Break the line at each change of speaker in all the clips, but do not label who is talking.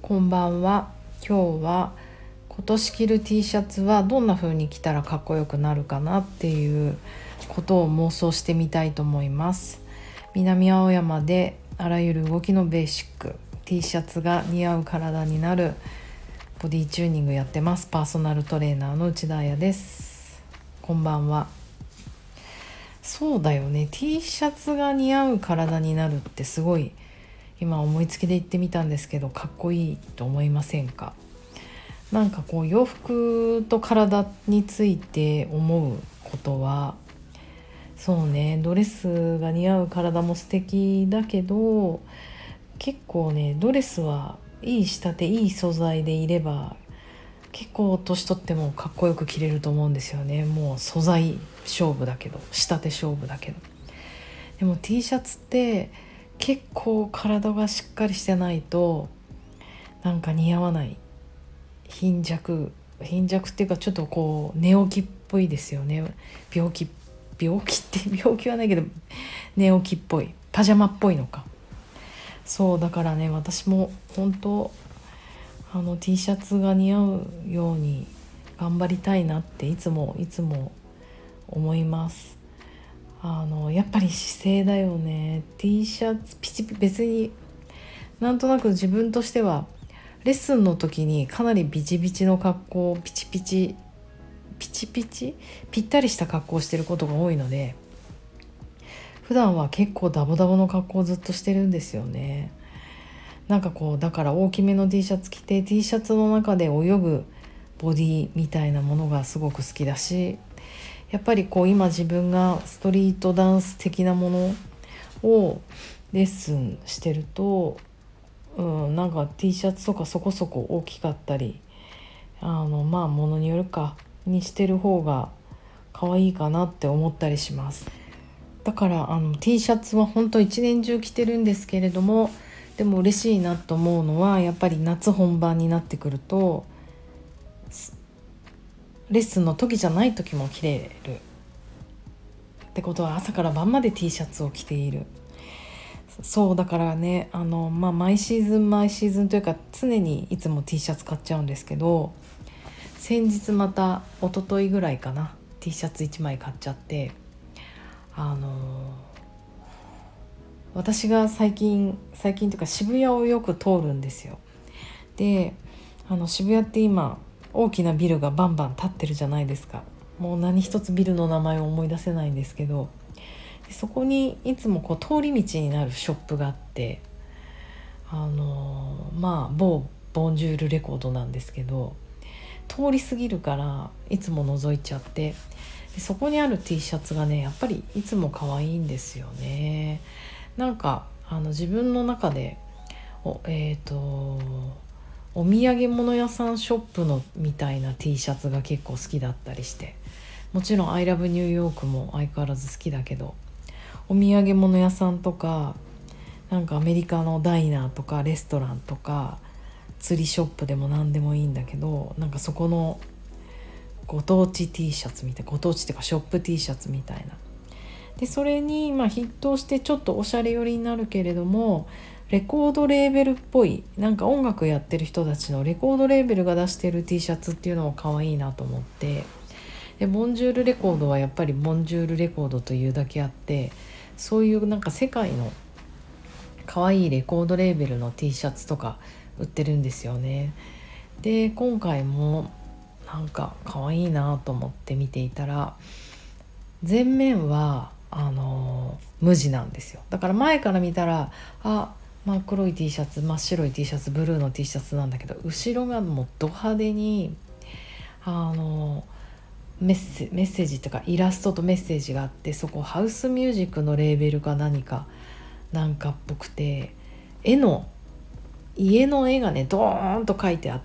こんばんは。今日は今年着る T シャツはどんな風に着たらかっこよくなるかなっていうことを妄想してみたいと思います。南青山であらゆる動きのベーシック T シャツが似合う体になるボディチューニングやってます。パーソナルトレーナーの内田彩です。こんばんは。そうだよね、 T シャツが似合う体になるってすごい今思いつきで言ってみたんですけど、かっこいいと思いませんか？なんかこう洋服と体について思うことは、そうね、ドレスが似合う体も素敵だけど、結構ねドレスはいい仕立て、いい素材でいれば結構年取ってもかっこよく着れると思うんですよね。もう素材勝負だけど、仕立て勝負だけど。でも T シャツって結構体がしっかりしてないとなんか似合わない。貧弱っていうか、ちょっとこう寝起きっぽいですよね。病気はないけど寝起きっぽい、パジャマっぽいのか。そうだからね、私も本当T シャツが似合うように頑張りたいなっていつも思います。やっぱり姿勢だよね。 T シャツ別になんとなく自分としてはレッスンの時にかなりビチビチの格好、ピチピチぴったりした格好をしてることが多いので、普段は結構ダボダボの格好をずっとしてるんですよね。なんかこうだから大きめの T シャツ着て T シャツの中で泳ぐボディみたいなものがすごく好きだし、やっぱりこう今自分がストリートダンス的なものをレッスンしてると、なんか T シャツとかそこそこ大きかったり、ものによるかにしてる方が可愛いかなって思ったりします。だからT シャツは本当一年中着てるんですけれども、でも嬉しいなと思うのはやっぱり夏本番になってくるとレッスンの時じゃない時も着れるってことは、朝から晩まで T シャツを着ている。そうだからね、毎シーズンというか常にいつも T シャツ買っちゃうんですけど、先日また一昨日ぐらいかな、 T シャツ1枚買っちゃって、私が最近というか渋谷をよく通るんですよ。で渋谷って今大きなビルがバンバン建ってるじゃないですか。もう何一つビルの名前を思い出せないんですけど、そこにいつもこう通り道になるショップがあって、某ボンジュールレコードなんですけど、通り過ぎるからいつも覗いちゃって、でそこにある T シャツがねやっぱりいつも可愛いんですよね。なんか自分の中でお土産物屋さんショップのみたいな T シャツが結構好きだったりして、もちろん I love ニューヨークも相変わらず好きだけど、お土産物屋さんとかなんかアメリカのダイナーとかレストランとか釣りショップでも何でもいいんだけど、なんかそこのご当地 T シャツみたいな、ご当地っていうかショップ T シャツみたいなで、それに筆頭してちょっとおしゃれ寄りになるけれども、レコードレーベルっぽい、なんか音楽やってる人たちのレコードレーベルが出してる T シャツっていうのも可愛いなと思って、でボンジュールレコードはやっぱりボンジュールレコードというだけあって、そういうなんか世界の可愛いレコードレーベルの T シャツとか売ってるんですよね。で今回もなんか可愛いなと思って見ていたら、前面は無地なんですよ。だから前から見たら真っ黒い T シャツ、真っ白い T シャツ、ブルーの T シャツなんだけど、後ろがもうド派手にメッセージとかイラストとメッセージがあって、そこハウスミュージックのレーベルか何かなんかっぽくて、家の絵がねドーンと書いてあって、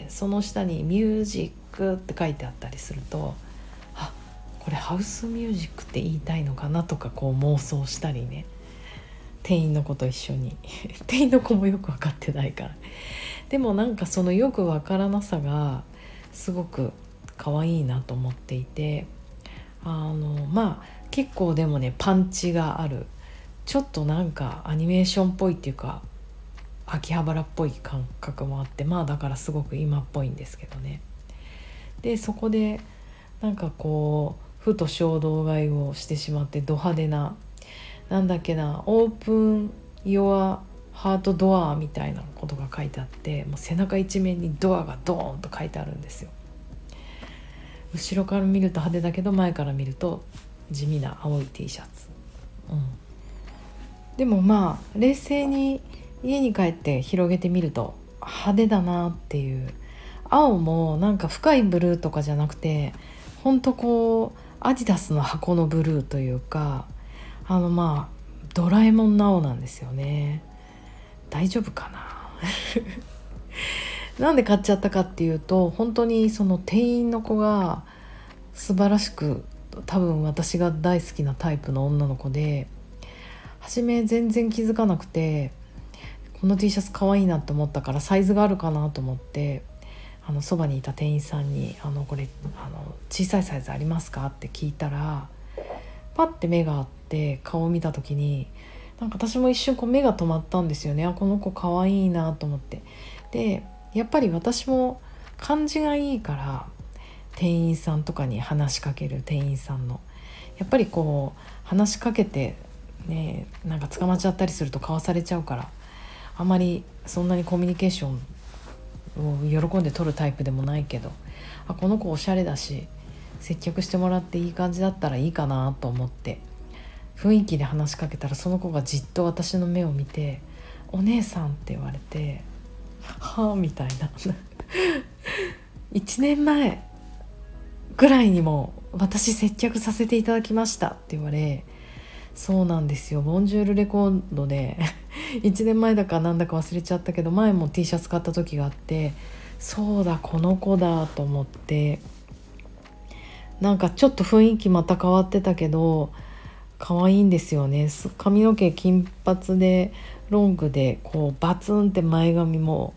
その下にミュージックって書いてあったりすると、これハウスミュージックって言いたいのかなとかこう妄想したりね、店員の子と一緒に店員の子もよく分かってないから、でもなんかそのよく分からなさがすごく可愛いなと思っていて、結構でもねパンチがある、ちょっとなんかアニメーションっぽいっていうか秋葉原っぽい感覚もあって、まあだからすごく今っぽいんですけどね。でそこでなんかこうふと衝動買いをしてしまって、ド派手な、なんだっけな、オープン Your Heart Door みたいなことが書いてあって、もう背中一面にドアがドーンと書いてあるんですよ。後ろから見ると派手だけど、前から見ると地味な青い T シャツ、でもまあ冷静に家に帰って広げてみると派手だなっていう。青もなんか深いブルーとかじゃなくて、ほんとこうアディダスの箱のブルーというか、まあドラえもんの青なんですよね。大丈夫かななんで買っちゃったかっていうと、本当にその店員の子が素晴らしく、多分私が大好きなタイプの女の子で、初め全然気づかなくて、この T シャツ可愛いなと思ったからサイズがあるかなと思って、そばにいた店員さんにこれ小さいサイズありますかって聞いたら、パッて目があって顔を見た時に、なんか私も一瞬こう目が止まったんですよね。この子可愛いなと思って。でやっぱり私も感じがいいから、店員さんとかに話しかける店員さんの、やっぱりこう話しかけてね、なんか捕まっちゃったりすると買わされちゃうから、あまりそんなにコミュニケーションを喜んで取るタイプでもないけど、この子おしゃれだし接客してもらっていい感じだったらいいかなと思って雰囲気で話しかけたら、その子がじっと私の目を見てお姉さんって言われて、はあみたいな1年前ぐらいにも私接客させていただきましたって言われ、そうなんですよ、ボンジュールレコードで1年前だかなんだか忘れちゃったけど、前も T シャツ買った時があって、そうだこの子だと思って、なんかちょっと雰囲気また変わってたけど可愛いんですよね。髪の毛金髪でロングでこうバツンって前髪も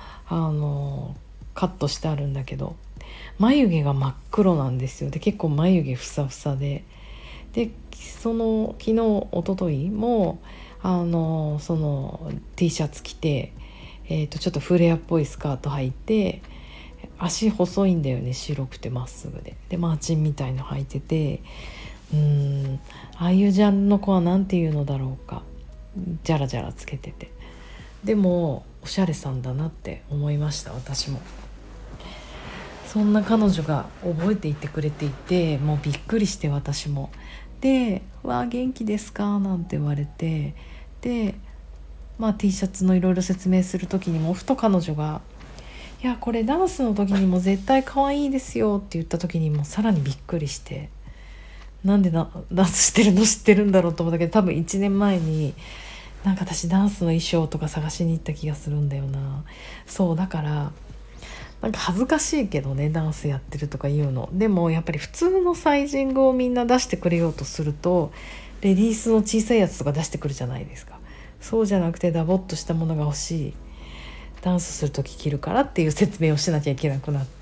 カットしてあるんだけど、眉毛が真っ黒なんですよ。で結構眉毛ふさふさで、その昨日一昨日もその T シャツ着て、ちょっとフレアっぽいスカート履いて、足細いんだよね、白くてまっすぐでマーチンみたいの履いてて、ああいうジャンルの子はなんていうのだろうか、ジャラジャラつけてて、でもおしゃれさんだなって思いました。私もそんな彼女が覚えていてくれていて、もうびっくりして、私もでわ元気ですかなんて言われて、でT シャツのいろいろ説明する時にもふと彼女がいやこれダンスの時にも絶対可愛いですよって言った時にもさらにびっくりして、なんでダンスしてるの知ってるんだろうと思ったけど、多分1年前になんか私ダンスの衣装とか探しに行った気がするんだよな。そうだからなんか恥ずかしいけどね、ダンスやってるとか言うの。でもやっぱり普通のサイジングをみんな出してくれようとすると、レディースの小さいやつとか出してくるじゃないですか。そうじゃなくてダボっとしたものが欲しい、ダンスするとき着るからっていう説明をしなきゃいけなくなって、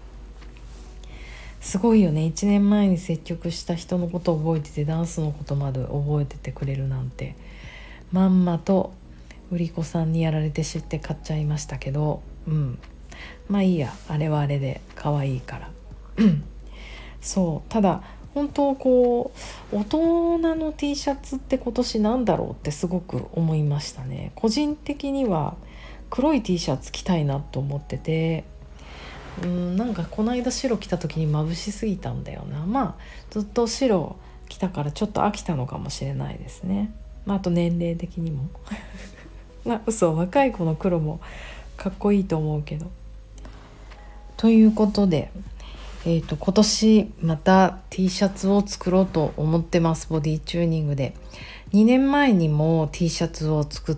すごいよね。1年前に接客した人のことを覚えてて、ダンスのことまで覚えててくれるなんて。まんまと売り子さんにやられて知って買っちゃいましたけど、まあいいや、あれはあれで可愛いからそうただ本当こう大人の T シャツって今年なんだろうってすごく思いましたね。個人的には黒い T シャツ着たいなと思ってて、なんかこの間白着た時に眩しすぎたんだよな。ずっと白着たからちょっと飽きたのかもしれないですね。あと年齢的にも嘘、若い子の黒もかっこいいと思うけど。ということで、今年また T シャツを作ろうと思ってます。ボディチューニングで2年前にも T シャツを作って、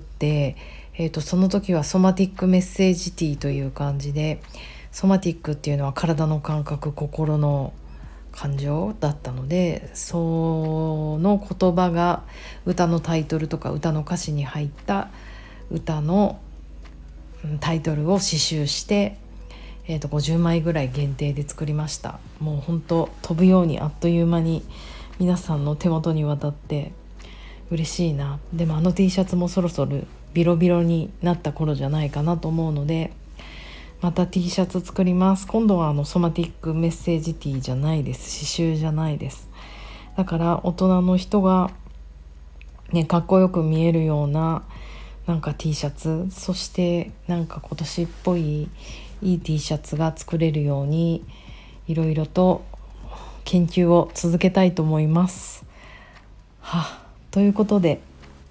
その時はソマティックメッセージ T という感じで、ソマティックっていうのは体の感覚、心の感情だったので、その言葉が歌のタイトルとか歌の歌詞に入った歌のタイトルを刺繍して、50枚ぐらい限定で作りました。もう本当飛ぶようにあっという間に皆さんの手元に渡って嬉しいな。でもT シャツもそろそろビロビロになった頃じゃないかなと思うので、また T シャツ作ります。今度はソマティックメッセージ T じゃないです。刺繍じゃないです。だから大人の人がね、かっこよく見えるようななんか T シャツ、そしてなんか今年っぽいいい T シャツが作れるようにいろいろと研究を続けたいと思います。ということで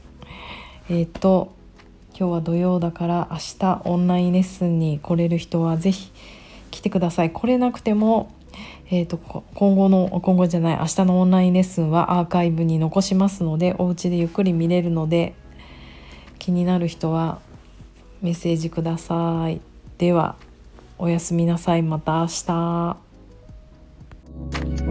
今日は土曜だから明日オンラインレッスンに来れる人はぜひ来てください。来れなくても明日のオンラインレッスンはアーカイブに残しますので、お家でゆっくり見れるので、気になる人はメッセージください。ではおやすみなさい。また明日。